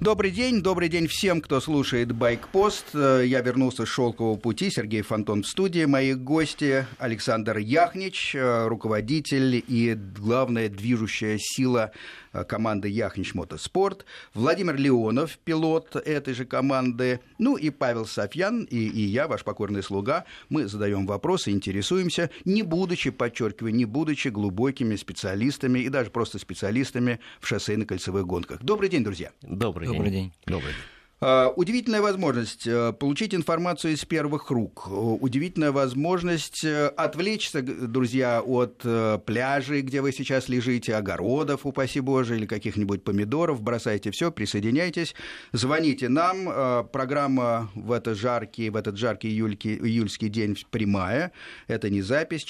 Добрый день всем, кто слушает «Байкпост». Я вернулся с «Шелкового пути», Сергей Фонтон в студии. Мои гости: Александр Яхнич, руководитель и главная движущая сила команды «Яхнич Мотоспорт», Владимир Леонов, пилот этой же команды, ну и Павел Софьян, и я, ваш покорный слуга. Мы задаем вопросы, интересуемся, не будучи глубокими специалистами и даже просто специалистами в шоссейно-кольцевых гонках. Добрый день, друзья. Добрый день. Удивительная возможность получить информацию из первых рук. Удивительная возможность отвлечься, друзья, от пляжей, где вы сейчас лежите, огородов, упаси Боже, или каких-нибудь помидоров. Бросайте все, присоединяйтесь, звоните нам. Программа в этот жаркий июльский день прямая. Это не запись.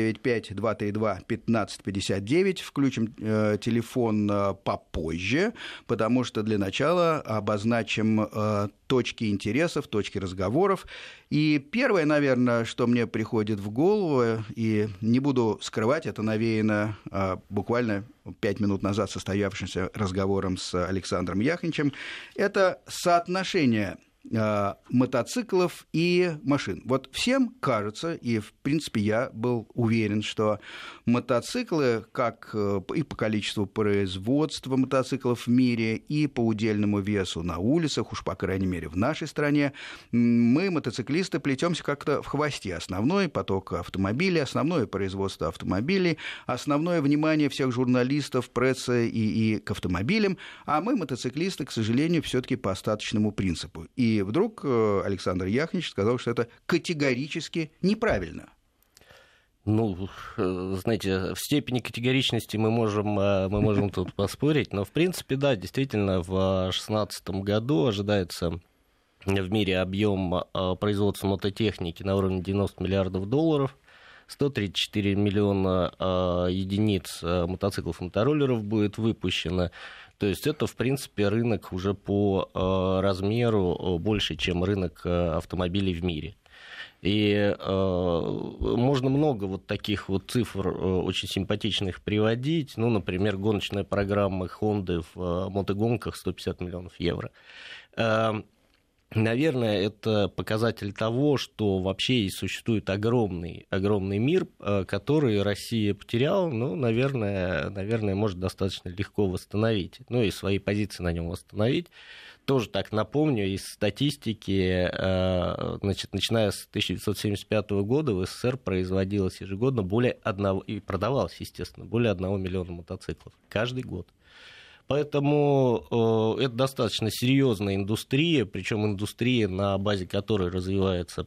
495-232-1559. Включим телефон попозже, потому что для начала обозначим точки интересов, точки разговоров. И первое, наверное, что мне приходит в голову, и не буду скрывать, это навеяно буквально 5 минут назад состоявшимся разговором с Александром Яхничем, это соотношение мотоциклов и машин. Вот всем кажется, и в принципе я был уверен, что мотоциклы, как и по количеству производства мотоциклов в мире, и по удельному весу на улицах, уж по крайней мере в нашей стране, мы, мотоциклисты, плетемся как-то в хвосте. Основной поток автомобилей, основное производство автомобилей, основное внимание всех журналистов, прессы и к автомобилям, а мы, мотоциклисты, к сожалению, все-таки по остаточному принципу. И вдруг Александр Яхнич сказал, что это категорически неправильно. Ну, знаете, в степени категоричности мы можем тут поспорить, но, в принципе, да, действительно, в 2016 году ожидается в мире объем производства мототехники на уровне $90 миллиардов, 134 миллиона единиц мотоциклов и мотороллеров будет выпущено. То есть это, в принципе, рынок уже по размеру больше, чем рынок автомобилей в мире. И можно много вот таких вот цифр очень симпатичных приводить. Ну, например, гоночная программа Honda в мотогонках 150 миллионов евро. Наверное, это показатель того, что вообще и существует огромный мир, который Россия потеряла, ну, наверное, может достаточно легко восстановить, ну, и свои позиции на нем восстановить. Тоже так напомню, из статистики, значит, начиная с 1975 года в СССР производилось ежегодно и продавалось, естественно, более 1 миллиона мотоциклов каждый год. Поэтому это достаточно серьезная индустрия, причем индустрия, на базе которой развивается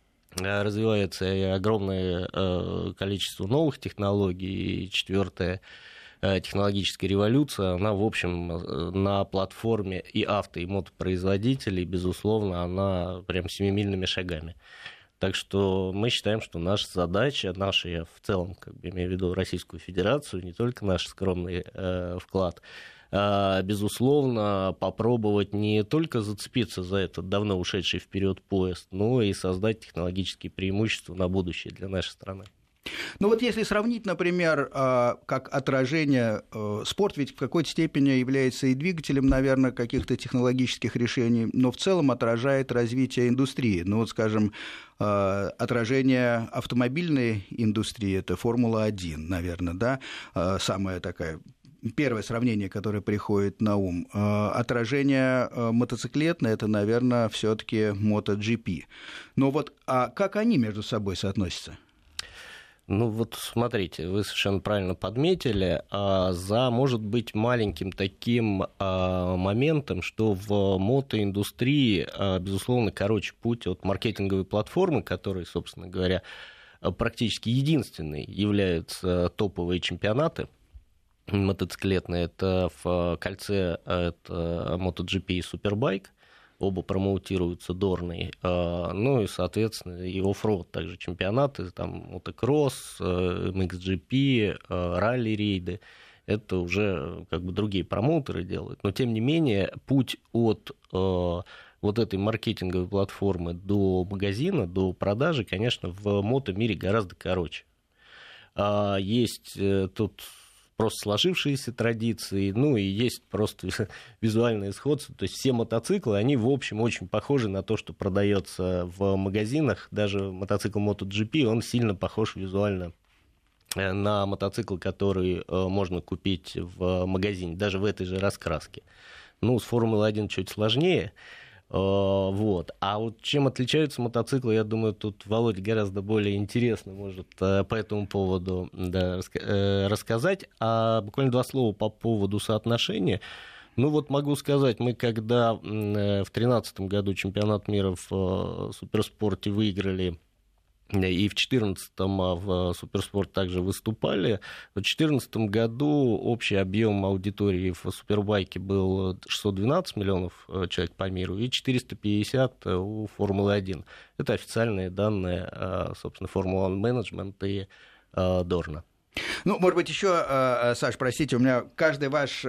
и огромное количество новых технологий. И четвертая технологическая революция, она, в общем, на платформе и авто, и мотопроизводителей, безусловно, она прям семимильными шагами. Так что мы считаем, что наша задача, я в целом, имею в виду Российскую Федерацию, не только наш скромный вклад, безусловно, попробовать не только зацепиться за этот давно ушедший вперед поезд, но и создать технологические преимущества на будущее для нашей страны. Ну вот если сравнить, например, как отражение, спорт ведь в какой-то степени является и двигателем, наверное, каких-то технологических решений, но в целом отражает развитие индустрии. Ну вот, скажем, отражение автомобильной индустрии – это Формула-1, наверное, да, самая такая... Первое сравнение, которое приходит на ум. Отражение мотоциклетное – это, наверное, все-таки MotoGP. Но вот как они между собой соотносятся? Ну вот смотрите, вы совершенно правильно подметили, может быть, маленьким таким моментом, что в мотоиндустрии, безусловно, короче путь от маркетинговой платформы, которой, собственно говоря, практически единственной являются топовые чемпионаты мотоциклетные. Это в кольце это MotoGP и Superbike. Оба промоутируются Dorna. Ну и, соответственно, и оффроуд также чемпионаты, там мотокросс, MXGP, ралли-рейды. Это уже другие промоутеры делают. Но, тем не менее, путь от вот этой маркетинговой платформы до магазина, до продажи, конечно, в мотомире гораздо короче. Есть тут просто сложившиеся традиции, ну и есть просто визуальное сходство. То есть все мотоциклы, они в общем очень похожи на то, что продается в магазинах. Даже мотоцикл MotoGP, он сильно похож визуально на мотоцикл, который можно купить в магазине, даже в этой же раскраске. Ну, с Формулой-1 чуть сложнее. Вот. А вот чем отличаются мотоциклы, я думаю, тут Володя гораздо более интересно может по этому поводу рассказать. А буквально 2 слова по поводу соотношения. Ну вот могу сказать, мы когда в 2013 году чемпионат мира в суперспорте выиграли, и в 2014-м в суперспорт также выступали. В 2014 году общий объем аудитории в супербайке был 612 миллионов человек по миру и 450 у Формулы-1. Это официальные данные, собственно, Формула-1 Management и Dorna. Ну, может быть, еще, Саш, простите, у меня каждый ваш,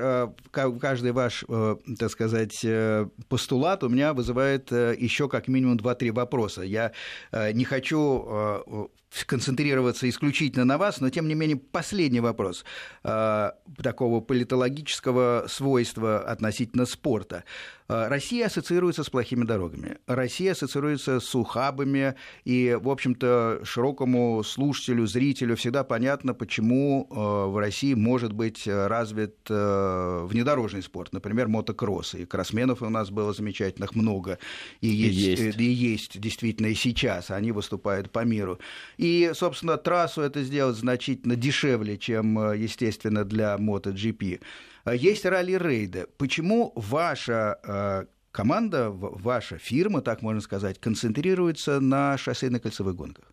так сказать, постулат у меня вызывает еще как минимум 2-3 вопроса. Я не хочу концентрироваться исключительно на вас, но, тем не менее, последний вопрос такого политологического свойства относительно спорта. Россия ассоциируется с плохими дорогами. Россия ассоциируется с ухабами, и, в общем-то, широкому слушателю, зрителю всегда понятно, почему в России может быть развит внедорожный спорт, например, мотокросс. И кроссменов у нас было замечательных много, и есть действительно и сейчас, они выступают по миру. И, собственно, трассу это сделать значительно дешевле, чем, естественно, для MotoGP. Есть ралли-рейды. Почему ваша команда, ваша фирма, так можно сказать, концентрируется на шоссейно-кольцевых гонках?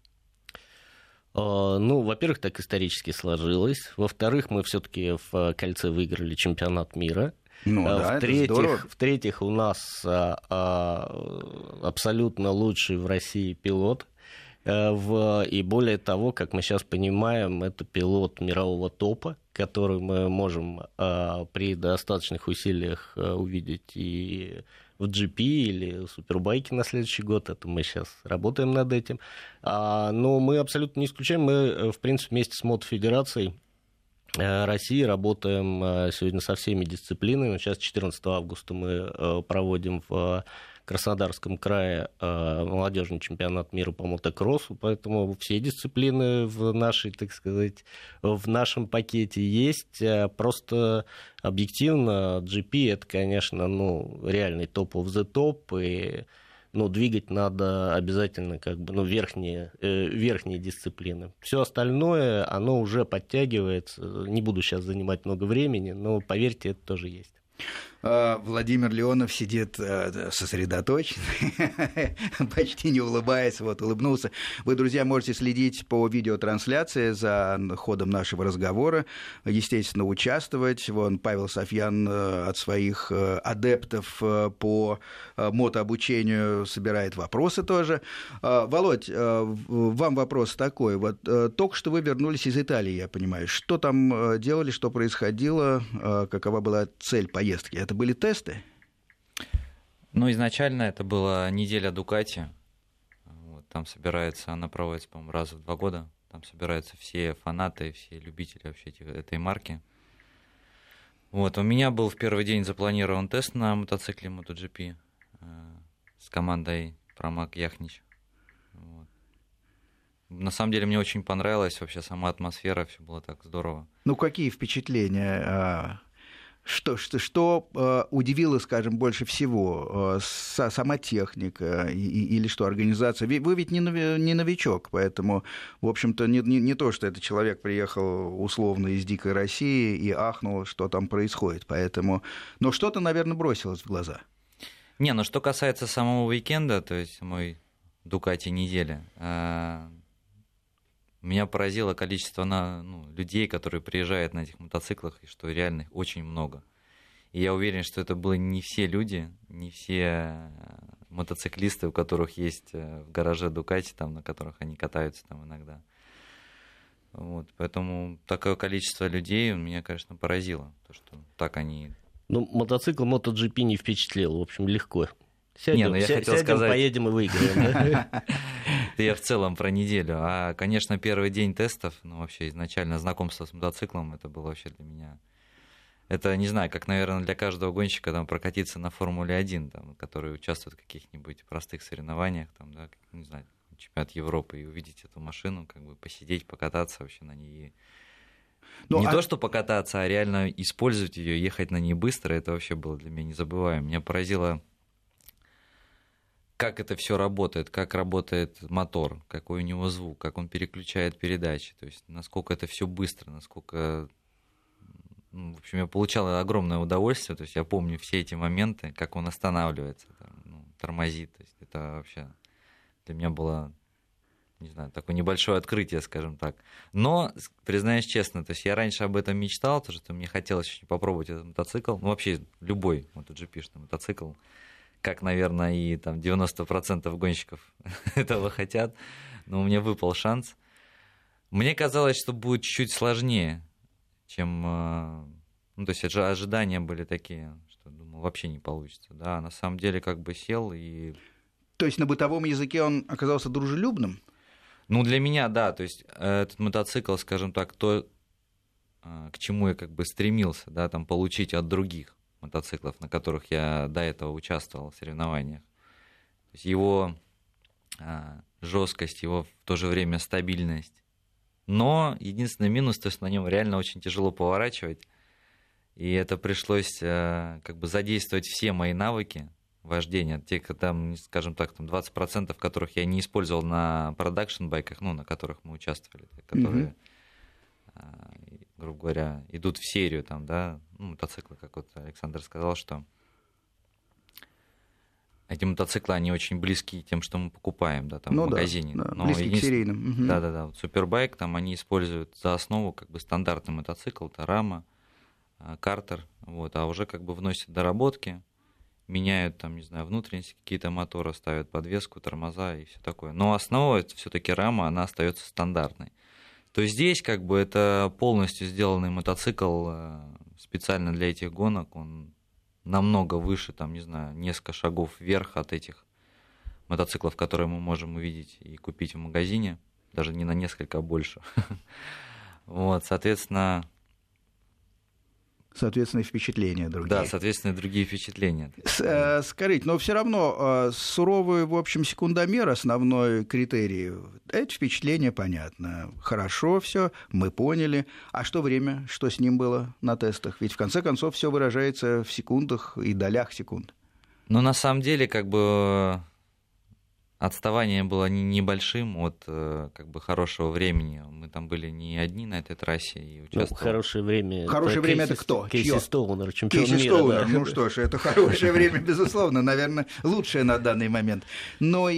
Ну, во-первых, так исторически сложилось. Во-вторых, мы все-таки в кольце выиграли чемпионат мира. Ну, да, в-третьих, у нас абсолютно лучший в России пилот. И более того, как мы сейчас понимаем, это пилот мирового топа, который мы можем при достаточных усилиях увидеть и в GP или супербайке на следующий год. Это мы сейчас работаем над этим. Но мы абсолютно не исключаем. Мы, в принципе, вместе с Мотофедерацией России работаем сегодня со всеми дисциплинами. Сейчас 14 августа мы проводим в Краснодарском крае молодежный чемпионат мира по мотокроссу, поэтому все дисциплины в нашей, так сказать, в нашем пакете есть. Просто объективно GP это, конечно, реальный топ of the top, и двигать надо обязательно верхние дисциплины. Все остальное, оно уже подтягивается. Не буду сейчас занимать много времени, но поверьте, это тоже есть. Владимир Леонов сидит сосредоточенный, почти не улыбаясь, улыбнулся. Вы, друзья, можете следить по видеотрансляции за ходом нашего разговора, естественно, участвовать. Павел Софьян от своих адептов по мотообучению собирает вопросы тоже. Володь, вам вопрос такой. Только что вы вернулись из Италии, я понимаю. Что там делали, что происходило, какова была цель поездки? Это были тесты? Изначально это была неделя Дукати. Там собирается, она проводится, по-моему, раз в 2 года. Там собираются все фанаты, все любители вообще этой марки. У меня был в первый день запланирован тест на мотоцикле MotoGP с командой Промаг Яхнич. На самом деле мне очень понравилась вообще сама атмосфера, все было так здорово. Какие впечатления? Что удивило, скажем, больше всего? Сама техника или что, организация? Вы ведь не новичок, поэтому, в общем-то, не то, что этот человек приехал условно из дикой России и ахнул, что там происходит. Поэтому... Но что-то, наверное, бросилось в глаза. Что касается самого уикенда, то есть мой Дукати недели, меня поразило количество людей, которые приезжают на этих мотоциклах, и что реально их очень много. И я уверен, что это были не все люди, не все мотоциклисты, у которых есть в гараже Дукати, на которых они катаются иногда. Поэтому такое количество людей меня, конечно, поразило. То, что так они... Мотоцикл MotoGP не впечатлил, в общем, легко. Сядем, поедем и выиграем. Это я в целом про неделю. А, конечно, первый день тестов, ну, вообще изначально знакомство с мотоциклом, это было вообще для меня... Это, не знаю, как, наверное, для каждого гонщика там, прокатиться на Формуле-1, там, который участвует в каких-нибудь простых соревнованиях, там, да, не знаю, чемпионат Европы, и увидеть эту машину, как бы посидеть, покататься вообще на ней. Ну, то, что покататься, а реально использовать ее, ехать на ней быстро, это вообще было для меня незабываемо. Меня поразило, как это все работает, как работает мотор, какой у него звук, как он переключает передачи, то есть насколько это все быстро, насколько... В общем, я получал огромное удовольствие, то есть я помню все эти моменты, как он останавливается, там, ну, тормозит, то есть это вообще для меня было, не знаю, такое небольшое открытие, скажем так. Но, признаюсь честно, то есть я раньше об этом мечтал, то, что мне хотелось очень попробовать этот мотоцикл, ну, вообще любой MotoGP-шный мотоцикл, как, наверное, и там 90% гонщиков этого хотят, но у меня выпал шанс. Мне казалось, что будет чуть сложнее, чем, ну, то есть ожидания были такие, что думал, вообще не получится, да, на самом деле как бы сел и... То есть на бытовом языке он оказался дружелюбным? Ну, для меня, да, то есть этот мотоцикл, скажем так, то, к чему я как бы стремился, да, там, получить от других мотоциклов, на которых я до этого участвовал в соревнованиях. То есть его жесткость, его в то же время стабильность. Но единственный минус, то есть на нем реально очень тяжело поворачивать, и это пришлось как бы задействовать все мои навыки вождения, те, там, скажем так, там 20%, которых я не использовал на продакшн-байках, ну, на которых мы участвовали, которые, грубо говоря, идут в серию, там, да, ну, мотоциклы, как вот Александр сказал, что эти мотоциклы, они очень близки тем, что мы покупаем, да, там, в магазине. Да, но близки к серийным. Да-да-да, вот Супербайк, там, они используют за основу, как бы, стандартный мотоцикл, это рама, картер, вот, а уже, как бы, вносят доработки, меняют, там, не знаю, внутренности какие-то мотора, ставят подвеску, тормоза и все такое. Но основа, это все-таки рама, она остается стандартной. То есть здесь, как бы, это полностью сделанный мотоцикл специально для этих гонок, он намного выше, там, не знаю, несколько шагов вверх от этих мотоциклов, которые мы можем увидеть и купить в магазине, даже не на несколько, а больше. Вот, соответственно, впечатления другие. Да, соответственно, другие впечатления. Скажите, но все равно суровый, в общем, секундомер, основной критерий, это впечатление понятно. Хорошо все, мы поняли. А что время, что с ним было на тестах? Ведь в конце концов все выражается в секундах и долях секунд. Ну, на самом деле, как бы отставание было небольшим от как бы хорошего времени. Мы там были не одни на этой трассе и участвовали. Ну, хорошее время. Хорошее время это кто? Кейси Стоунер, чемпион Кейси мира. Стоунер. Да. Ну что ж, это хорошее время, безусловно, наверное, лучшее на данный момент. Но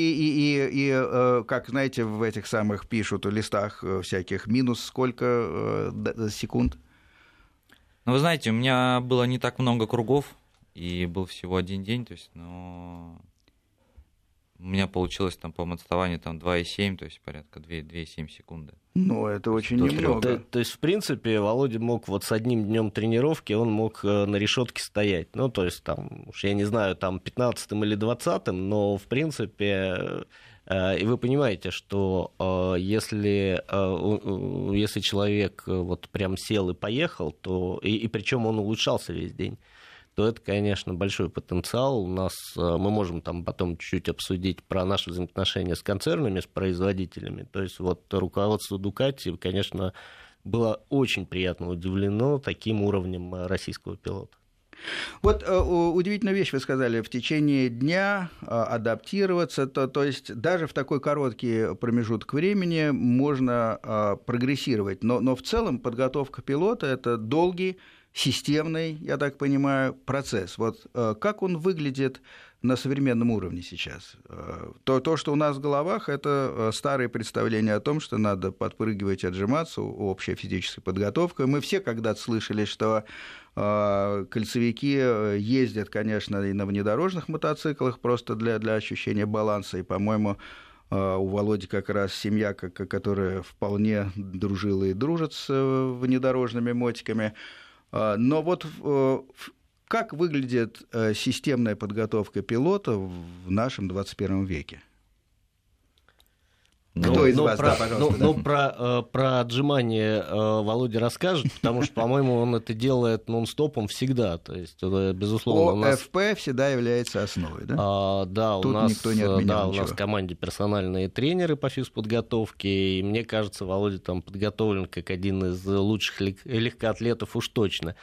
и как, знаете, в этих самых пишут листах всяких, минус сколько секунд? Ну, вы знаете, у меня было не так много кругов, и был всего один день, то есть, но... У меня получилось там, по-моему, отставание там 2,7, то есть порядка 2,7 секунды. Ну, это очень немного. То есть, в принципе, Володя мог вот с одним днем тренировки, он мог на решетке стоять. Ну, то есть, там, уж я не знаю, там 15-м или 20-м, но, в принципе, и вы понимаете, что если человек вот прям сел и поехал, то и причем он улучшался весь день, то это, конечно, большой потенциал. У нас мы можем там потом чуть-чуть обсудить про наши взаимоотношения с концернами, с производителями. То есть вот руководство Ducati, конечно, было очень приятно удивлено таким уровнем российского пилота. Вот удивительную вещь вы сказали, в течение дня адаптироваться, то есть даже в такой короткий промежуток времени можно прогрессировать, но в целом подготовка пилота – это долгий, системный, я так понимаю, процесс. Вот как он выглядит на современном уровне сейчас? То, что у нас в головах, это старые представления о том, что надо подпрыгивать, отжиматься, общая физическая подготовка. Мы все когда-то слышали, что кольцевики ездят, конечно, и на внедорожных мотоциклах просто для ощущения баланса, и, по-моему, у Володи как раз семья, которая вполне дружила и дружит с внедорожными мотиками. Но вот как выглядит системная подготовка пилота в нашем 21 веке? Кто из вас, да, пожалуйста. Про отжимание Володя расскажет, потому что, по-моему, он это делает нон-стопом всегда. То есть, безусловно, у нас... ОФП всегда является основой, да? Да, Тут никто не отменял ничего. У нас в команде персональные тренеры по физподготовке, и мне кажется, Володя там подготовлен как один из лучших легкоатлетов уж точно.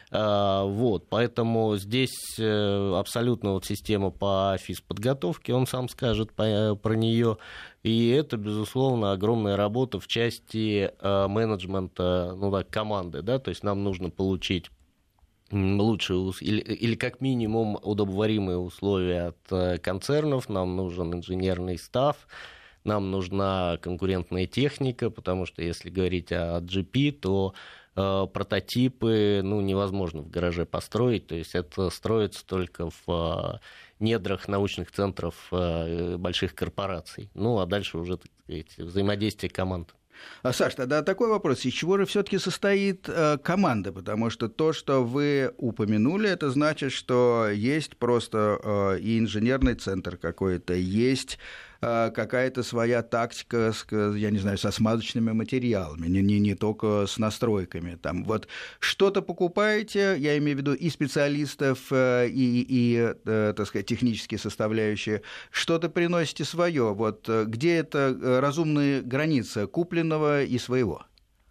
Поэтому здесь абсолютно система по физподготовке, он сам скажет про нее, и это, безусловно, огромная работа в части менеджмента команды, да, то есть нам нужно получить лучшие или как минимум удобоваримые условия от концернов, нам нужен инженерный став, нам нужна конкурентная техника, потому что если говорить о GP, то прототипы невозможно в гараже построить, то есть это строится только в недрах научных центров больших корпораций. А дальше уже, так сказать, взаимодействие команд. Саш, тогда такой вопрос. Из чего же все-таки состоит команда? Потому что то, что вы упомянули, это значит, что есть просто и инженерный центр какой-то, есть какая-то своя тактика, я не знаю, со смазочными материалами, не только с настройками. Там вот что-то покупаете, я имею в виду и специалистов, и так сказать, технические составляющие, что-то приносите свое. Вот где это разумная граница купленного и своего?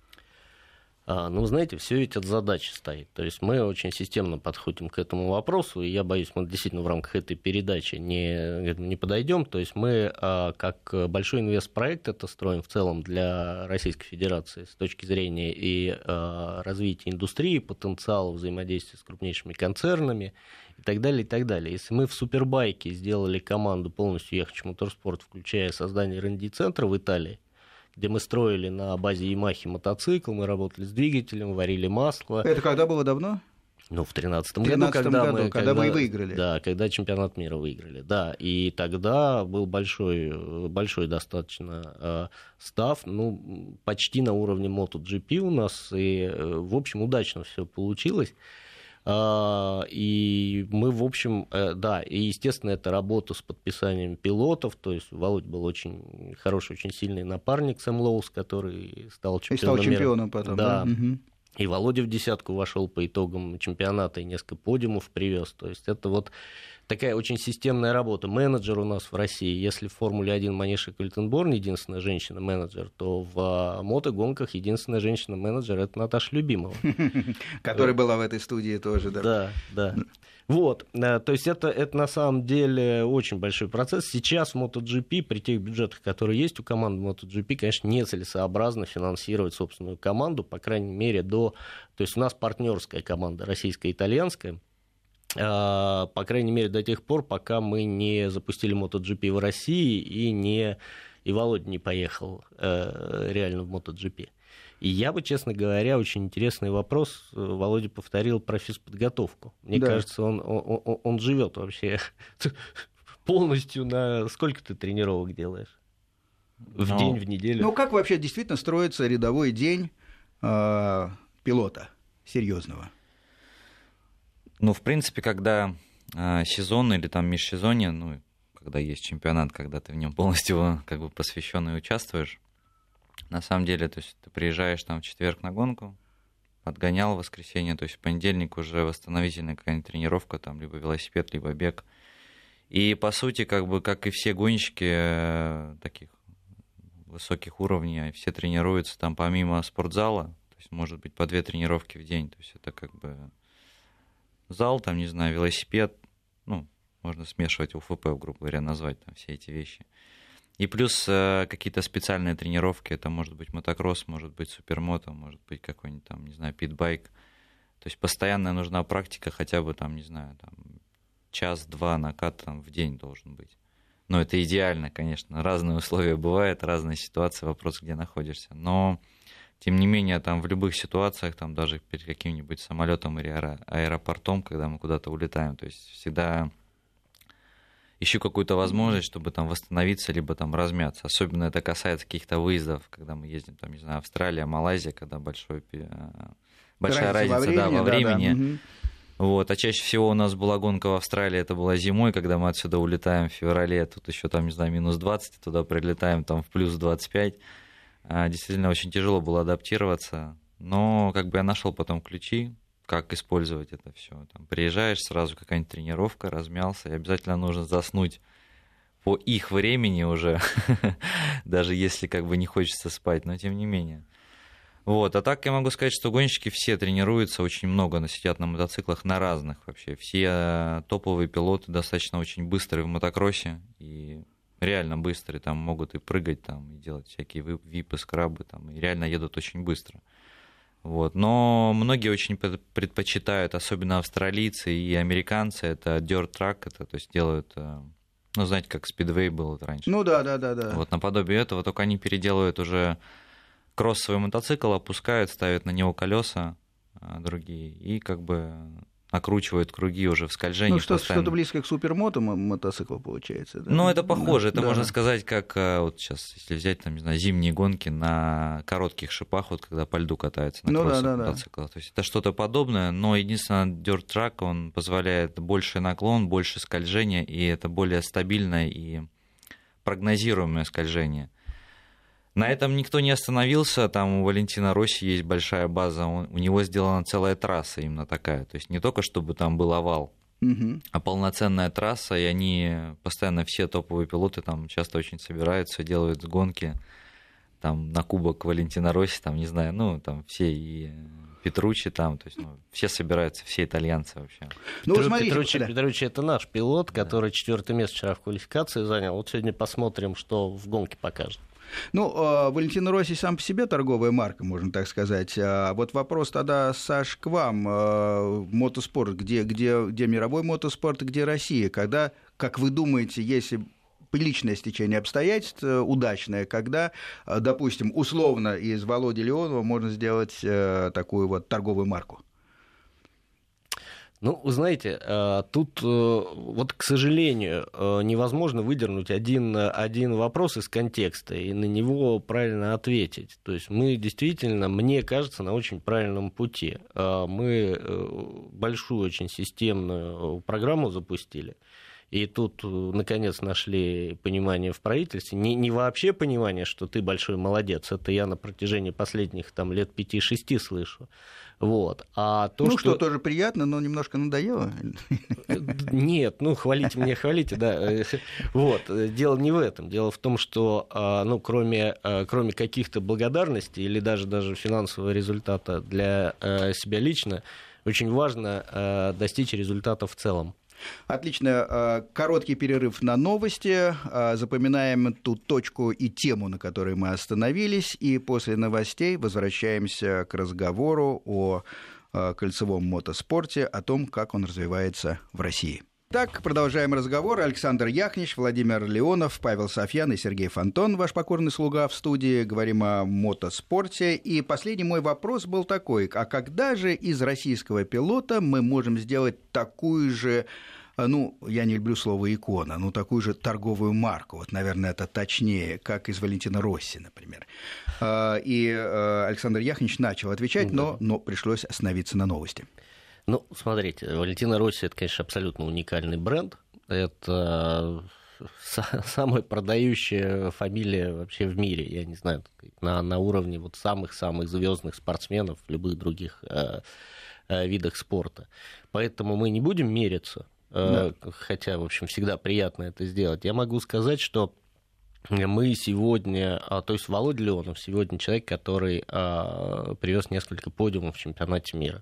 Знаете, все ведь от задачи стоит. То есть мы очень системно подходим к этому вопросу, и я боюсь, мы действительно в рамках этой передачи не подойдем. То есть мы, как большой инвестпроект, это строим в целом для Российской Федерации с точки зрения и развития индустрии, потенциала взаимодействия с крупнейшими концернами и так далее, и так далее. Если мы в Супербайке сделали команду полностью Ехач Моторспорт, включая создание R&D-центра в Италии, где мы строили на базе Ямахи мотоцикл, мы работали с двигателем, варили масло. Это когда было давно? В 2013 году, когда вы выиграли. Да, когда чемпионат мира выиграли. Да, и тогда был большой достаточно став, почти на уровне MotoGP у нас, и, в общем, удачно все получилось. И мы, в общем, и, естественно, это работа с подписанием пилотов, то есть Володя был очень хороший, очень сильный напарник Сэм Лоус, который стал чемпионом мира. Чемпионом потом, да. Угу. И Володя в десятку вошел по итогам чемпионата и несколько подиумов привез. То есть это вот такая очень системная работа. Менеджер у нас в России, если в Формуле-1 Маниша Кальтенборн единственная женщина-менеджер, то в мотогонках единственная женщина-менеджер — это Наташа Любимова. Которая была в этой студии тоже, да. Да. То есть это на самом деле очень большой процесс. Сейчас в MotoGP, при тех бюджетах, которые есть у команды MotoGP, конечно, нецелесообразно финансировать собственную команду, по крайней мере, То есть у нас партнерская команда, российско-итальянская, по крайней мере, до тех пор, пока мы не запустили MotoGP в России и Володя не поехал реально в MotoGP. И я бы, честно говоря, очень интересный вопрос Володя повторил про физподготовку. Мне кажется, он живет вообще полностью на... Сколько ты тренировок делаешь? В день, в неделю? Как вообще действительно строится рядовой день пилота серьезного? В принципе, когда сезон или там межсезонье, когда есть чемпионат, когда ты в нем полностью посвящен и участвуешь, на самом деле, то есть ты приезжаешь там в четверг на гонку, отгонял в воскресенье, то есть в понедельник уже восстановительная какая-нибудь тренировка, там либо велосипед, либо бег. И по сути, как и все гонщики таких высоких уровней, все тренируются там помимо спортзала, то есть может быть по 2 тренировки в день, то есть это зал, там, не знаю, велосипед, можно смешивать УФП, грубо говоря, назвать там все эти вещи. И плюс какие-то специальные тренировки, это может быть мотокросс, может быть супермото, может быть какой-нибудь там, не знаю, питбайк. То есть постоянная нужна практика, хотя бы там, не знаю, там час-два накат там в день должен быть. Но это идеально, конечно, разные условия бывают, разные ситуации, вопрос, где находишься. Но, тем не менее, там в любых ситуациях, там даже перед каким-нибудь самолетом или аэропортом, когда мы куда-то улетаем, то есть всегда ищу какую-то возможность, чтобы там восстановиться, либо там размяться. Особенно это касается каких-то выездов, когда мы ездим, там, не знаю, Австралия, Малайзия, когда большая разница во времени. Вот. А чаще всего у нас была гонка в Австралии, это была зимой, когда мы отсюда улетаем в феврале, тут еще там, не знаю, минус 20, туда прилетаем там в плюс 25. Действительно, очень тяжело было адаптироваться, но как бы я нашел потом ключи, как использовать это все. Там приезжаешь, сразу какая-нибудь тренировка, размялся, и обязательно нужно заснуть по их времени уже, даже если как бы не хочется спать, но тем не менее. Вот. А так я могу сказать, что гонщики все тренируются, очень много сидят на мотоциклах, на разных вообще. Все топовые пилоты достаточно очень быстрые в мотокроссе, и реально быстрые, там могут и прыгать, там, и делать всякие випы, скрабы, там, и реально едут очень быстро. Вот. Но многие очень предпочитают, особенно австралийцы и американцы, это dirt track, это, то есть делают, ну, знаете, как спидвей был вот раньше. Ну да. Вот наподобие этого, только они переделывают уже кроссовый мотоцикл, опускают, ставят на него колеса другие и как бы накручивают круги уже в скольжении. Ну, что-то близкое к супермото мотоциклу получается. Да? Ну, это похоже. Да, это можно сказать, как вот сейчас, если взять, там, не знаю, зимние гонки на коротких шипах, вот когда по льду катаются на кроссовых мотоциклах. То есть это что-то подобное, но единственное, dirt track, он позволяет больше наклон, больше скольжения, и это более стабильное и прогнозируемое скольжение. На этом никто не остановился, там у Валентина Росси есть большая база, у него сделана целая трасса именно такая, то есть не только чтобы там был овал, а полноценная трасса, и они постоянно, все топовые пилоты там часто очень собираются, делают гонки там на кубок Валентина Росси, там, не знаю, ну, там все и Петруччи там, то есть, ну, все собираются, все итальянцы вообще. Петруччи это наш пилот, который 4-е место вчера в квалификации занял, вот сегодня посмотрим, что в гонке покажет. Ну, Валентино Росси сам по себе торговая марка, можно так сказать. Вот вопрос тогда, Саш, к вам. Мотоспорт, где мировой мотоспорт, где Россия? Когда, как вы думаете, если приличное стечение обстоятельств, удачное, когда, допустим, условно из Володи Леонова можно сделать такую вот торговую марку? Ну, вы знаете, тут вот, к сожалению, невозможно выдернуть один вопрос из контекста и на него правильно ответить. То есть мы действительно, мне кажется, на очень правильном пути. Мы большую очень системную программу запустили. И тут, наконец, нашли понимание в правительстве. Не вообще понимание, что ты большой молодец. Это я на протяжении последних там, лет 5-6 слышу. Вот. А то, что тоже приятно, но немножко надоело. Нет, хвалите, да. Вот. Дело не в этом. Дело в том, что ну, кроме каких-то благодарностей или даже финансового результата для себя лично, очень важно достичь результата в целом. Отлично. Короткий перерыв на новости. Запоминаем ту точку и тему, на которой мы остановились. И после новостей возвращаемся к разговору о кольцевом мотоспорте, о том, как он развивается в России. Так, продолжаем разговор. Александр Яхнич, Владимир Леонов, Павел Софьян и Сергей Фонтон, ваш покорный слуга в студии. Говорим о мотоспорте. И последний мой вопрос был такой. А когда же из российского пилота мы можем сделать такую же, ну, я не люблю слово икона, но такую же торговую марку? Вот, наверное, это точнее, как из Валентина Росси, например. И Александр Яхнич начал отвечать, но пришлось остановиться на новости. Ну, смотрите, Валентина Росси – это, конечно, абсолютно уникальный бренд. Это самая продающая фамилия вообще в мире, я не знаю, на уровне вот самых-самых звездных спортсменов в любых других видах спорта. Поэтому мы не будем мериться, хотя, в общем, всегда приятно это сделать. Я могу сказать, что мы сегодня, то есть Володя Леонов сегодня человек, который привез несколько подиумов в чемпионате мира.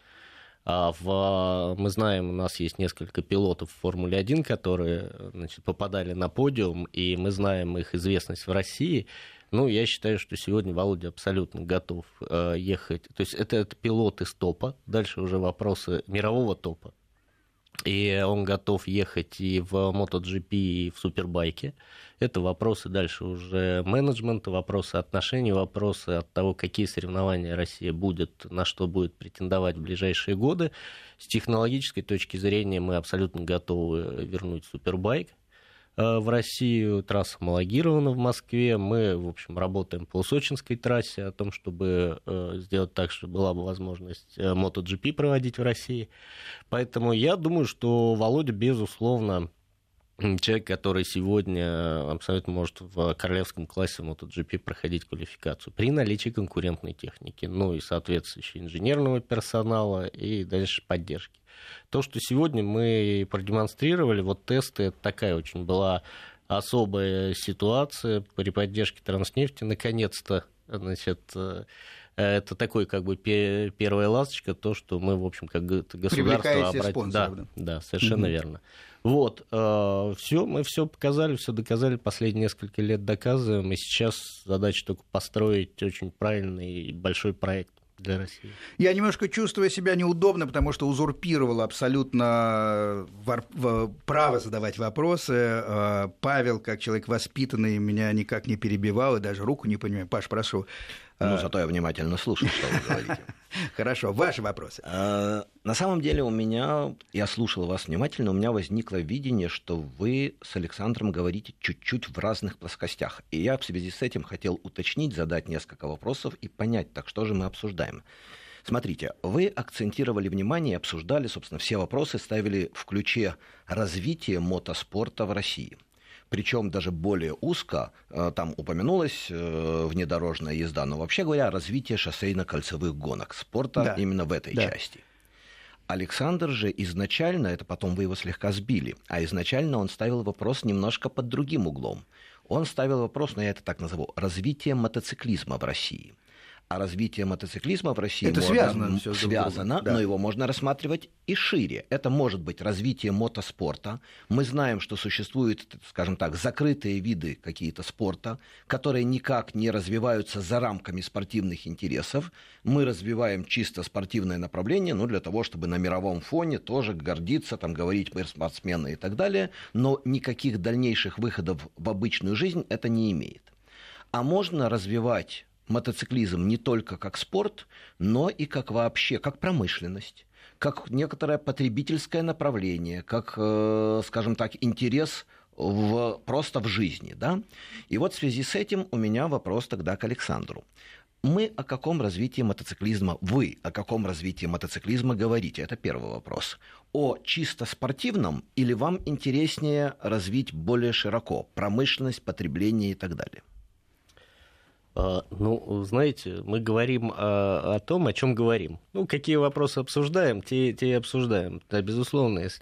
Мы знаем, у нас есть несколько пилотов в Формуле-1, которые, значит, попадали на подиум, и мы знаем их известность в России. Ну, я считаю, что сегодня Володя абсолютно готов ехать. То есть это пилот из топа, дальше уже вопросы мирового топа. И он готов ехать и в MotoGP, и в Супербайке. Это вопросы дальше уже менеджмента, вопросы отношений, вопросы от того, какие соревнования Россия будет, на что будет претендовать в ближайшие годы. С технологической точки зрения мы абсолютно готовы вернуть Супербайк. в Россию, трасса Малагирова в Москве. Мы, в общем, работаем по Сочинской трассе о том, чтобы сделать так, чтобы была бы возможность MotoGP проводить в России. Поэтому я думаю, что Володя, безусловно, человек, который сегодня абсолютно может в королевском классе MotoGP проходить квалификацию при наличии конкурентной техники, ну и соответствующего инженерного персонала и дальше поддержки. То, что сегодня мы продемонстрировали, вот тесты, это такая очень была особая ситуация при поддержке Транснефти. Наконец-то, значит, это такой как бы первая ласточка, то, что мы, в общем, как государство обратили. Да, совершенно верно. Вот, мы все показали, все доказали, последние несколько лет доказываем, и сейчас задача только построить очень правильный и большой проект для России. Я немножко чувствую себя неудобно, потому что узурпировал абсолютно право задавать вопросы. Павел, как человек воспитанный, меня никак не перебивал и даже руку не поднимал. Паш, прошу. Ну, зато я внимательно слушал, что вы говорите. Хорошо, ваши вопросы. На самом деле я слушал вас внимательно, у меня возникло видение, что вы с Александром говорите чуть-чуть в разных плоскостях. И я в связи с этим хотел уточнить, задать несколько вопросов и понять, так что же мы обсуждаем. Смотрите, вы акцентировали внимание и обсуждали, собственно, все вопросы ставили в ключе развития мотоспорта в России. Причем даже более узко, там упомянулась внедорожная езда, но вообще говоря, развитие шоссейно-кольцевых гонок, спорта именно в этой части. Александр же изначально, это потом вы его слегка сбили, а изначально он ставил вопрос немножко под другим углом. Он ставил вопрос, я это так назову, развитие мотоциклизма в России. А развитие мотоциклизма в России это связано, но его можно рассматривать и шире. Это может быть развитие мотоспорта. Мы знаем, что существуют, скажем так, закрытые виды какие-то спорта, которые никак не развиваются за рамками спортивных интересов. Мы развиваем чисто спортивное направление, для того, чтобы на мировом фоне тоже гордиться, говорить мы спортсмены и так далее, но никаких дальнейших выходов в обычную жизнь это не имеет. А можно развивать мотоциклизм не только как спорт, но и как вообще, как промышленность, как некоторое потребительское направление, как, скажем так, интерес просто в жизни. Да? И вот в связи с этим у меня вопрос тогда к Александру. Вы о каком развитии мотоциклизма говорите? Это первый вопрос. О чисто спортивном или вам интереснее развить более широко промышленность, потребление и так далее? Знаете, мы говорим о том, о чем говорим. Какие вопросы обсуждаем, те и обсуждаем. Да, безусловно, если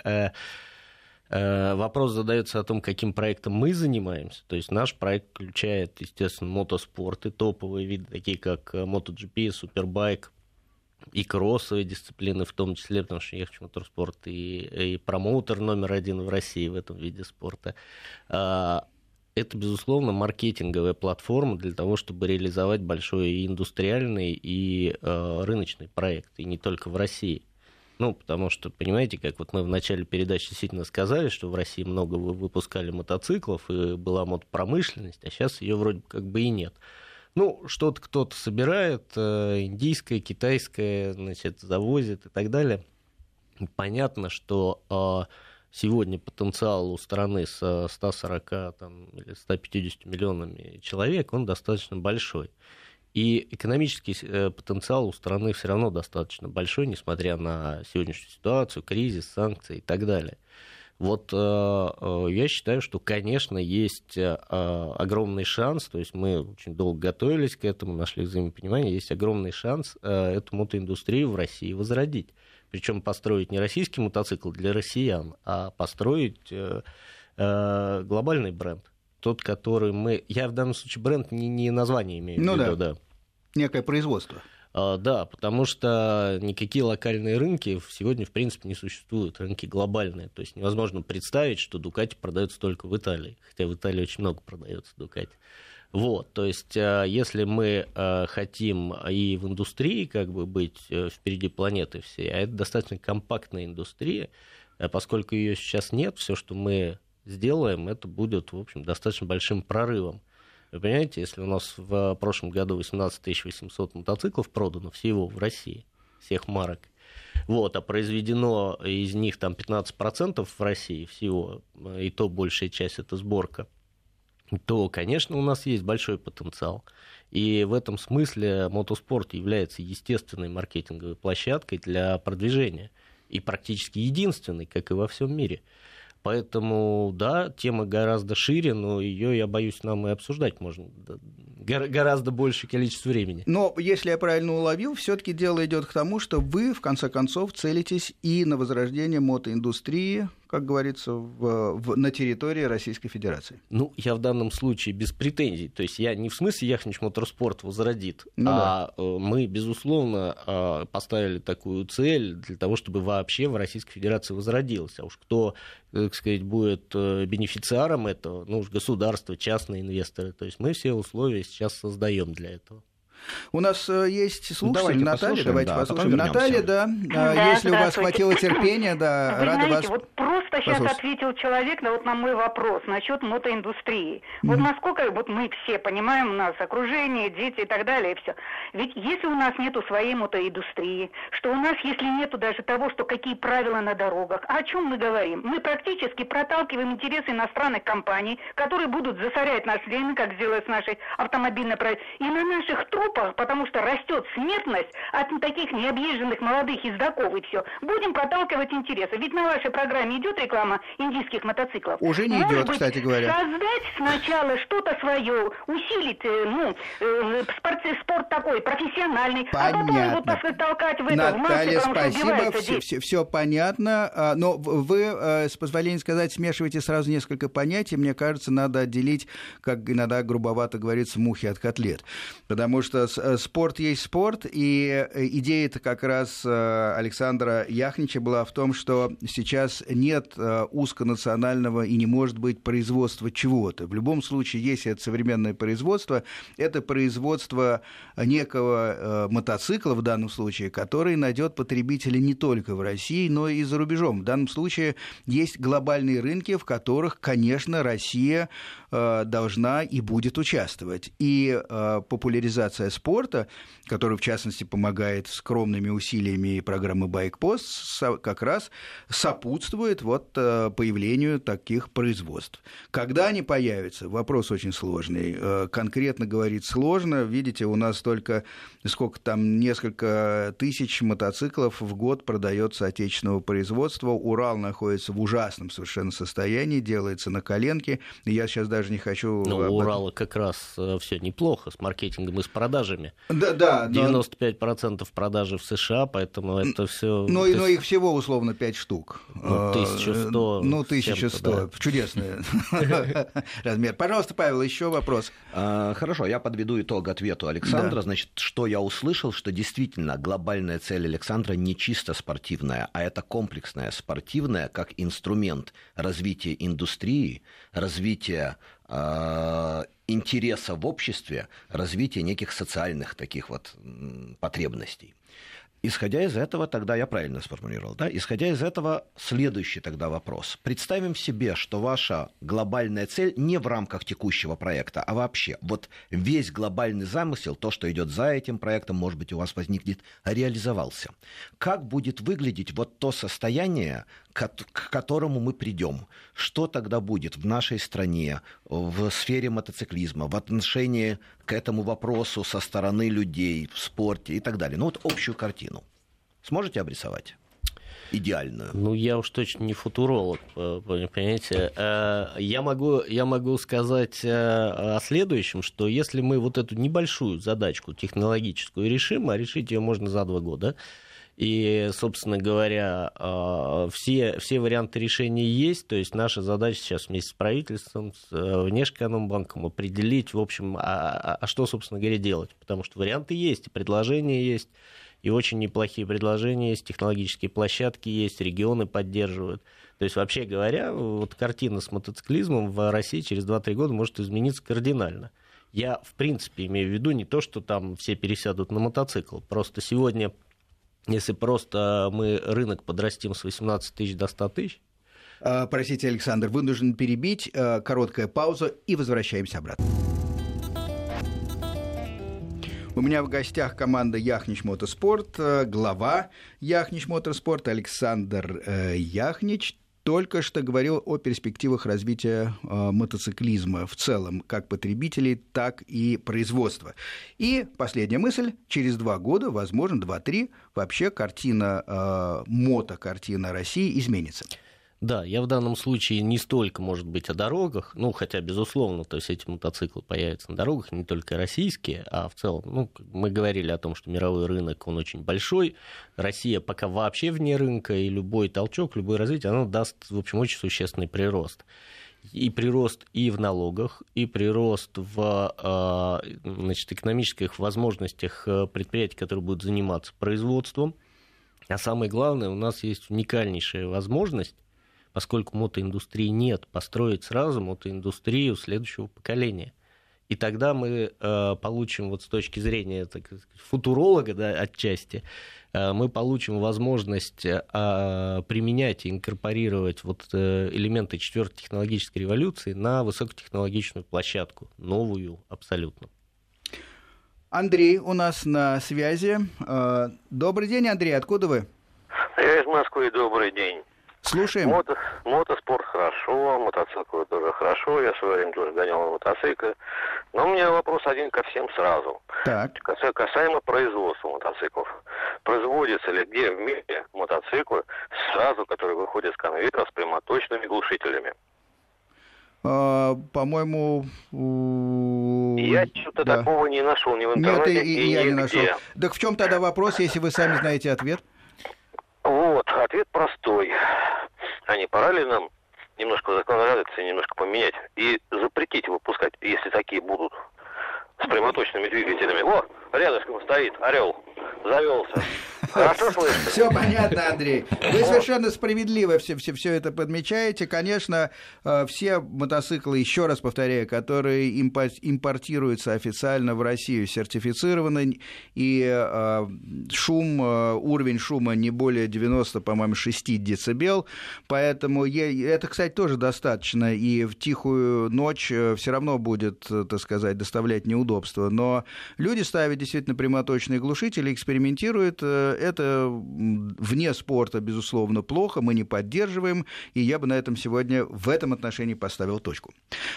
вопрос задается о том, каким проектом мы занимаемся, то есть наш проект включает, естественно, мотоспорт и топовые виды, такие как MotoGP, Супербайк и кроссовые дисциплины в том числе, потому что ехать моторспорт и промоутер номер один в России в этом виде спорта. Это, безусловно, маркетинговая платформа для того, чтобы реализовать большой и индустриальный, и рыночный проект, и не только в России. Потому что, понимаете, как вот мы в начале передачи действительно сказали, что в России много выпускали мотоциклов, и была мотопромышленность, а сейчас ее вроде как бы и нет. Что-то кто-то собирает, индийское, китайское, завозит и так далее. Понятно, что сегодня потенциал у страны с 140 или 150 миллионами человек, он достаточно большой. И экономический потенциал у страны все равно достаточно большой, несмотря на сегодняшнюю ситуацию, кризис, санкции и так далее. Вот я считаю, что, конечно, есть огромный шанс, то есть мы очень долго готовились к этому, нашли взаимопонимание, есть огромный шанс эту мотоиндустрию в России возродить. Причем построить не российский мотоцикл для россиян, а построить глобальный бренд. Тот, который мы... Я в данном случае бренд не название имею в виду. Да. Некое производство. Да, потому что никакие локальные рынки сегодня, в принципе, не существуют. Рынки глобальные. То есть невозможно представить, что Дукати продается только в Италии. Хотя в Италии очень много продается Дукати. Вот, то есть, если мы хотим и в индустрии быть впереди планеты всей, а это достаточно компактная индустрия, поскольку ее сейчас нет, все, что мы сделаем, это будет, в общем, достаточно большим прорывом. Вы понимаете, если у нас в прошлом году 18 800 мотоциклов продано всего в России, всех марок, Вот, а произведено из них там 15% в России всего, и то большая часть это сборка, то, конечно, у нас есть большой потенциал. И в этом смысле мотоспорт является естественной маркетинговой площадкой для продвижения. И практически единственной, как и во всем мире. Поэтому, да, тема гораздо шире, но ее, я боюсь, нам и обсуждать можно гораздо большее количество времени. Но, если я правильно уловил, все-таки дело идет к тому, что вы, в конце концов, целитесь и на возрождение мотоиндустрии, как говорится, на территории Российской Федерации. Ну, я в данном случае без претензий. То есть я не в смысле Яхнич Моторспорт возродит, мы, безусловно, поставили такую цель для того, чтобы вообще в Российской Федерации возродилось. А уж кто, так сказать, будет бенефициаром этого, ну уж государство, частные инвесторы. То есть мы все условия сейчас создаем для этого. У нас есть слушатель, Наталья, давайте послушаем. Наталья, если у вас хватило терпения, рада вас... Вот просто сейчас ответил человек на мой вопрос насчет мотоиндустрии. Вот насколько мы все понимаем, у нас окружение, дети и так далее, и все. Ведь если у нас нету своей мотоиндустрии, что у нас, если нету даже того, что какие правила на дорогах, о чем мы говорим? Мы практически проталкиваем интересы иностранных компаний, которые будут засорять наш рынок, как сделают с нашей автомобильной производством, и на наших трупах, потому что растет смертность от таких необъезженных молодых ездаков и все. Будем проталкивать интересы. Ведь на вашей программе идет реклама индийских мотоциклов. Уже не идет, кстати говоря. Создать сначала что-то свое, усилить, спорт такой профессиональный, понятно. А потом его толкать в это, Наталья, в массы, спасибо, все понятно. Но вы, с позволения сказать, смешиваете сразу несколько понятий. Мне кажется, надо отделить, как иногда грубовато говорится, мухи от котлет. Потому что спорт есть спорт, и идея-то как раз Александра Яхнича была в том, что сейчас нет узконационального и не может быть производства чего-то. В любом случае, если это современное производство, это производство некого мотоцикла, в данном случае, который найдет потребителя не только в России, но и за рубежом. В данном случае есть глобальные рынки, в которых, конечно, Россия должна и будет участвовать. И популяризация спорта, который, в частности, помогает скромными усилиями программы «Байкпост», как раз сопутствует появлению таких производств. Когда они появятся? Вопрос очень сложный. Конкретно говорить сложно. Видите, у нас только несколько тысяч мотоциклов в год продается отечественного производства. Урал находится в ужасном совершенно состоянии, делается на коленке. И я сейчас даже не хочу... Но у Урала как раз все неплохо с маркетингом и с продажами. Да. 95% продажи в США, поэтому это все. Но их всего условно 5 штук. 1100. 1100. Чудесный размер. Пожалуйста, Павел, еще вопрос. Хорошо, я подведу итог ответу Александра. Да. Значит, что я услышал, что действительно глобальная цель Александра не чисто спортивная, а это комплексная спортивная как инструмент развития индустрии, развития интереса в обществе, развития неких социальных таких потребностей. Исходя из этого, тогда я правильно сформулировал, да? Исходя из этого, следующий тогда вопрос. Представим себе, что ваша глобальная цель не в рамках текущего проекта, а вообще. Весь глобальный замысел, то, что идет за этим проектом, может быть, у вас возникнет, реализовался. Как будет выглядеть то состояние, к которому мы придем? Что тогда будет в нашей стране, в сфере мотоциклизма, в отношении к этому вопросу со стороны людей, в спорте и так далее? Общую картину. Сможете обрисовать? Идеальную. Я уж точно не футуролог, понимаете. Я могу сказать о следующем, что если мы эту небольшую задачку технологическую решим, а решить ее можно за 2 года, и, собственно говоря, все варианты решения есть, то есть наша задача сейчас вместе с правительством, с Внешэкономбанком определить, в общем, что, собственно говоря, делать, потому что варианты есть, и предложения есть, и очень неплохие предложения есть, технологические площадки есть, регионы поддерживают. То есть, вообще говоря, картина с мотоциклизмом в России через 2-3 года может измениться кардинально. Я, в принципе, имею в виду не то, что там все пересядут на мотоцикл, просто сегодня... Если просто мы рынок подрастим с 18 тысяч до 100 тысяч. Простите, Александр, вынужден перебить. Короткая пауза и возвращаемся обратно. У меня в гостях команда Яхнич Мотоспорт, глава Яхнич Мотоспорт Александр Яхнич. Только что говорил о перспективах развития мотоциклизма в целом, как потребителей, так и производства. И последняя мысль: через 2 года, возможно, 2-3, вообще картина, мотокартина России изменится. Да, я в данном случае не столько, может быть, о дорогах, ну, хотя, безусловно, то есть эти мотоциклы появятся на дорогах, не только российские, а в целом, ну, мы говорили о том, что мировой рынок, он очень большой, Россия пока вообще вне рынка, и любой толчок, любое развитие, оно даст, в общем, очень существенный прирост. И прирост и в налогах, и прирост в, значит, экономических возможностях предприятий, которые будут заниматься производством. А самое главное, у нас есть уникальнейшая возможность, поскольку мотоиндустрии нет, построить сразу мотоиндустрию следующего поколения. И тогда мы получим, вот с точки зрения, так сказать, футуролога, да, отчасти, мы получим возможность применять и инкорпорировать вот элементы 4-й технологической революции на высокотехнологичную площадку, новую абсолютно. Андрей у нас на связи. Добрый день, Андрей, откуда вы? Я из Москвы, добрый день. Слушаем. Мотоспорт хорошо, мотоциклы тоже хорошо, я в свое время тоже гонял на мотоцикле. Но у меня вопрос один ко всем сразу. Так. Касаемо производства мотоциклов. Производятся ли где в мире мотоциклы сразу, которые выходят с конвейера с прямоточными глушителями? По-моему... Я что-то такого не нашел ни в интернете. Нет, и я нигде. не нашел. Так в чем тогда вопрос, если вы сами знаете ответ? Вот, ответ простой. А не пора ли нам немножко законодательство немножко поменять и запретить выпускать, если такие будут, с прямоточными двигателями? О, рядышком стоит орел, завелся. Хорошо слышно? Все понятно, Андрей. Вы совершенно справедливо все это подмечаете. Конечно, все мотоциклы, еще раз повторяю, которые импортируются официально в Россию, сертифицированы, и уровень шума не более 90, по-моему, 6 децибел, поэтому это, кстати, тоже достаточно, и в тихую ночь все равно будет, так сказать, доставлять неудобства. Но люди ставят действительно прямоточные глушители, экспериментируют. Это вне спорта, безусловно, плохо, мы не поддерживаем, и я бы на этом сегодня в этом отношении поставил точку.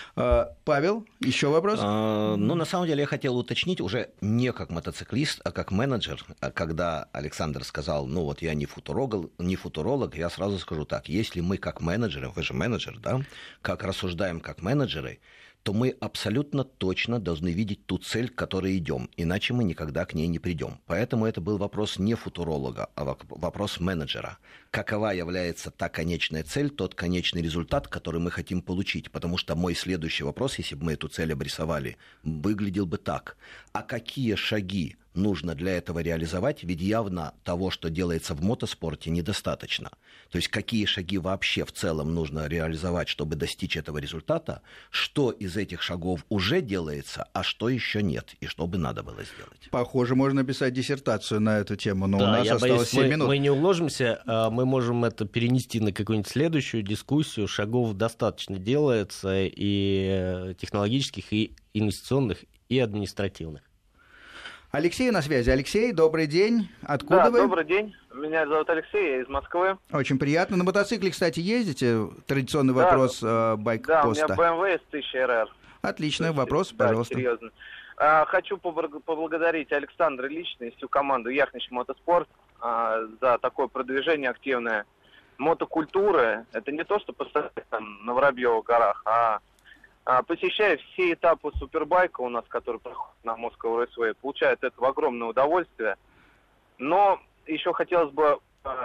Павел, еще вопрос? Ну, на самом деле, я хотел уточнить уже не как мотоциклист, а как менеджер. Когда Александр сказал, ну вот я не футуролог, я сразу скажу так, если мы как менеджеры, вы же менеджер, да, как рассуждаем как менеджеры, то мы абсолютно точно должны видеть ту цель, к которой идем, иначе мы никогда к ней не придем. Поэтому это был вопрос не футуролога, а вопрос менеджера. Какова является та конечная цель, тот конечный результат, который мы хотим получить? Потому что мой следующий вопрос, если бы мы эту цель обрисовали, выглядел бы так. А какие шаги нужно для этого реализовать? Ведь явно того, что делается в мотоспорте, недостаточно. То есть какие шаги вообще в целом нужно реализовать, чтобы достичь этого результата? Что из этих шагов уже делается, а что еще нет? И что бы надо было сделать? Похоже, можно писать диссертацию на эту тему, но да, у нас осталось 7 минут. Мы не уложимся, мы можем это перенести на какую-нибудь следующую дискуссию. Шагов достаточно делается, и технологических, и инвестиционных, и административных. Алексей на связи. Алексей, добрый день. Откуда вы? Добрый день. Меня зовут Алексей, я из Москвы. Очень приятно. На мотоцикле, кстати, ездите? Традиционный вопрос байк-поста. Да, у меня BMW S1000RR. Отличный вопрос, пожалуйста. Серьезно. Хочу поблагодарить Александра лично и всю команду Яхнич Мотоспорт за такое продвижение активное. Мотокультура — это не то, что постоянно там на Воробьевых горах, а посещая все этапы супербайка у нас, которые проходят на Moscow Raceway, получают от этого огромное удовольствие. Но еще хотелось бы...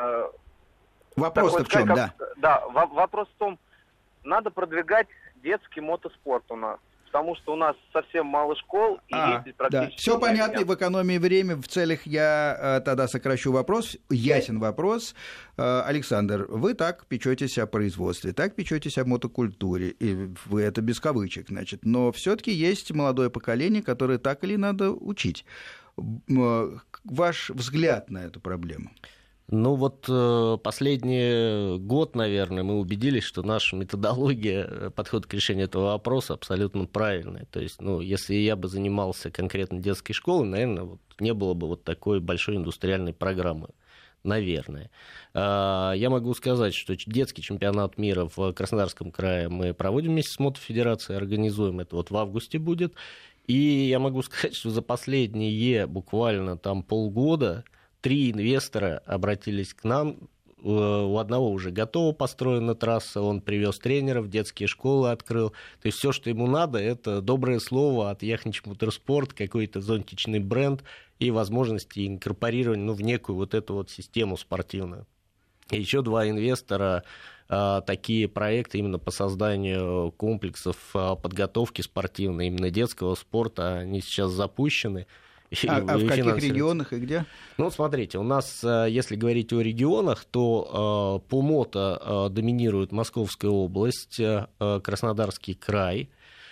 Вопрос-то в чем, да? Да, вопрос в том, надо продвигать детский мотоспорт у нас. Потому что у нас совсем мало школ, и ездить практически... Да. Все понятно, в экономии времени, в целях я тогда сокращу вопрос. Ясен вопрос. Александр, вы так печетесь о производстве, так печетесь о мотокультуре, и вы это без кавычек, значит, но все-таки есть молодое поколение, которое так или надо учить. Ваш взгляд на эту проблему? Ну вот последний год, наверное, мы убедились, что наша методология, подход к решению этого вопроса абсолютно правильный. То есть, если я бы занимался конкретно детской школой, наверное, вот не было бы вот такой большой индустриальной программы. Наверное. Я могу сказать, что детский чемпионат мира в Краснодарском крае мы проводим вместе с Мотофедерацией, организуем это в августе будет. И я могу сказать, что за последние буквально полгода 3 инвестора обратились к нам. У одного уже готова построена трасса, он привез тренеров, детские школы открыл. То есть все, что ему надо, это доброе слово от Яхнич Моторспорт, какой-то зонтичный бренд и возможности инкорпорирования в некую вот эту вот систему спортивную. И еще 2 инвестора такие проекты именно по созданию комплексов подготовки спортивной, именно детского спорта, они сейчас запущены. А в каких регионах и где? Смотрите, у нас, если говорить о регионах, то по мото доминирует Московская область, Краснодарский край,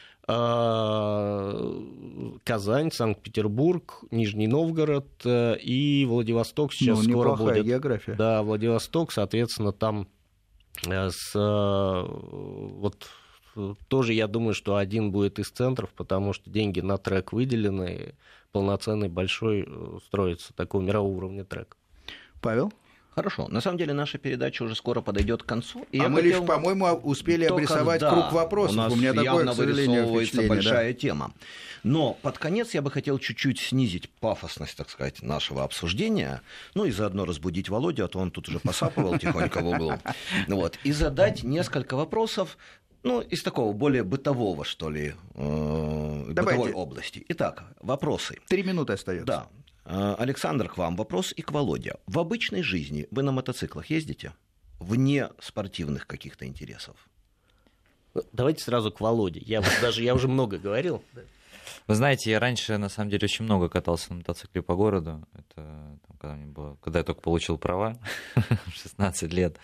Казань, Санкт-Петербург, Нижний Новгород и Владивосток сейчас скоро будет. География. Да, Владивосток, соответственно, там тоже я думаю, что один будет из центров, потому что деньги на трек выделены, полноценный, большой строится такого мирового уровня трек. Павел? Хорошо. На самом деле наша передача уже скоро подойдет к концу. И мы лишь, по-моему, успели обрисовать круг вопросов. У меня такое, к сожалению, впечатление. Большая тема. Но под конец я бы хотел чуть-чуть снизить пафосность, так сказать, нашего обсуждения, и заодно разбудить Володю, а то он тут уже посапывал тихонько в углу. И задать несколько вопросов, из такого более бытового, что ли, бытовой области. Итак, вопросы. 3 минуты остается. Да. Александр, к вам вопрос и к Володе. В обычной жизни вы на мотоциклах ездите? Вне спортивных каких-то интересов? Давайте сразу к Володе. Я уже много говорил. Вы знаете, я раньше, на самом деле, очень много катался на мотоцикле по городу. Это когда я только получил права, 16 лет.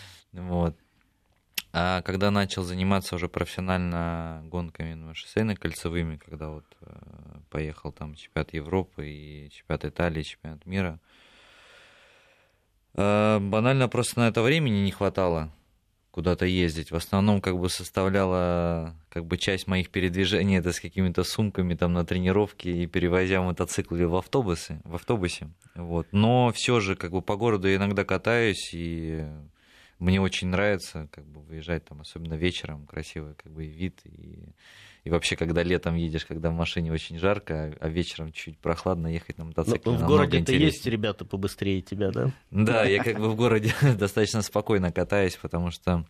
А когда начал заниматься уже профессионально гонками шоссейно-кольцевыми, когда поехал там чемпионат Европы и чемпионат Италии, чемпионат мира, банально просто на это времени не хватало куда-то ездить. В основном составляла часть моих передвижений это с какими-то сумками там на тренировки и перевозя мотоциклы в автобусе. Но все же по городу я иногда катаюсь, и мне очень нравится выезжать там, особенно вечером, красивый вид. И вообще, когда летом едешь, когда в машине очень жарко, а вечером чуть прохладно, ехать на мотоцикле в городе-то есть ребята побыстрее тебя, да? Да, я в городе достаточно спокойно катаюсь, потому что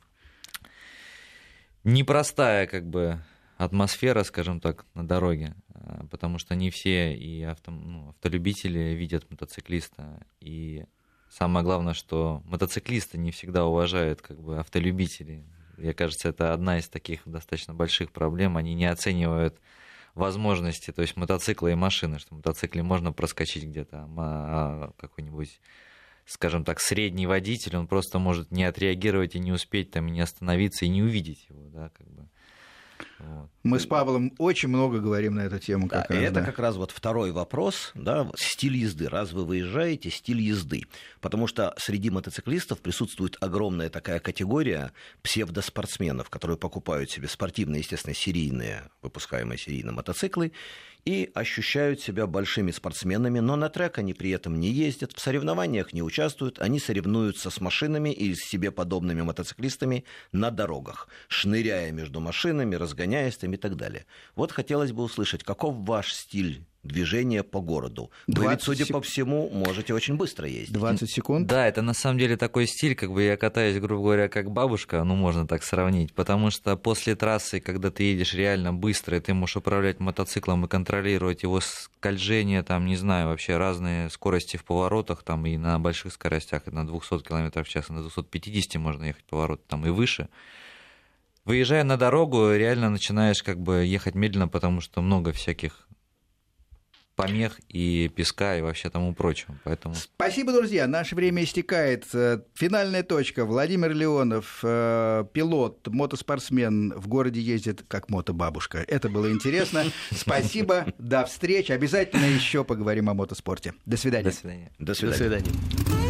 непростая атмосфера, скажем так, на дороге, потому что не все и автолюбители видят мотоциклиста, и самое главное, что мотоциклисты не всегда уважают автолюбителей. Мне кажется, это одна из таких достаточно больших проблем. Они не оценивают возможности, то есть мотоцикла и машины, что в мотоцикле можно проскочить где-то, а какой-нибудь, скажем так, средний водитель, он просто может не отреагировать и не успеть там, и не остановиться, и не увидеть его, да, Мы с Павлом очень много говорим на эту тему. Это как раз второй вопрос, стиль езды. Раз вы выезжаете, стиль езды. Потому что среди мотоциклистов присутствует огромная такая категория псевдоспортсменов, которые покупают себе спортивные, естественно, серийные, выпускаемые серийные мотоциклы, и ощущают себя большими спортсменами, но на трек они при этом не ездят, в соревнованиях не участвуют, они соревнуются с машинами или с себе подобными мотоциклистами на дорогах, шныряя между машинами, разгоняясь там и так далее. Хотелось бы услышать, каков ваш стиль движения по городу? Вы ведь, судя по всему, можете очень быстро ездить. 20 секунд. Да, это на самом деле такой стиль, я катаюсь, грубо говоря, как бабушка, можно так сравнить, потому что после трассы, когда ты едешь реально быстро, и ты можешь управлять мотоциклом и контролировать его скольжение, вообще разные скорости в поворотах, и на больших скоростях, и на 200 км в час, и на 250 можно ехать поворот, и выше. Выезжая на дорогу, реально начинаешь ехать медленно, потому что много всяких помех и песка и вообще тому прочего. Поэтому... Спасибо, друзья. Наше время истекает. Финальная точка. Владимир Леонов, пилот, мотоспортсмен, в городе ездит как мотобабушка. Это было интересно. Спасибо. До встречи. Обязательно еще поговорим о мотоспорте. До свидания. До свидания. До свидания.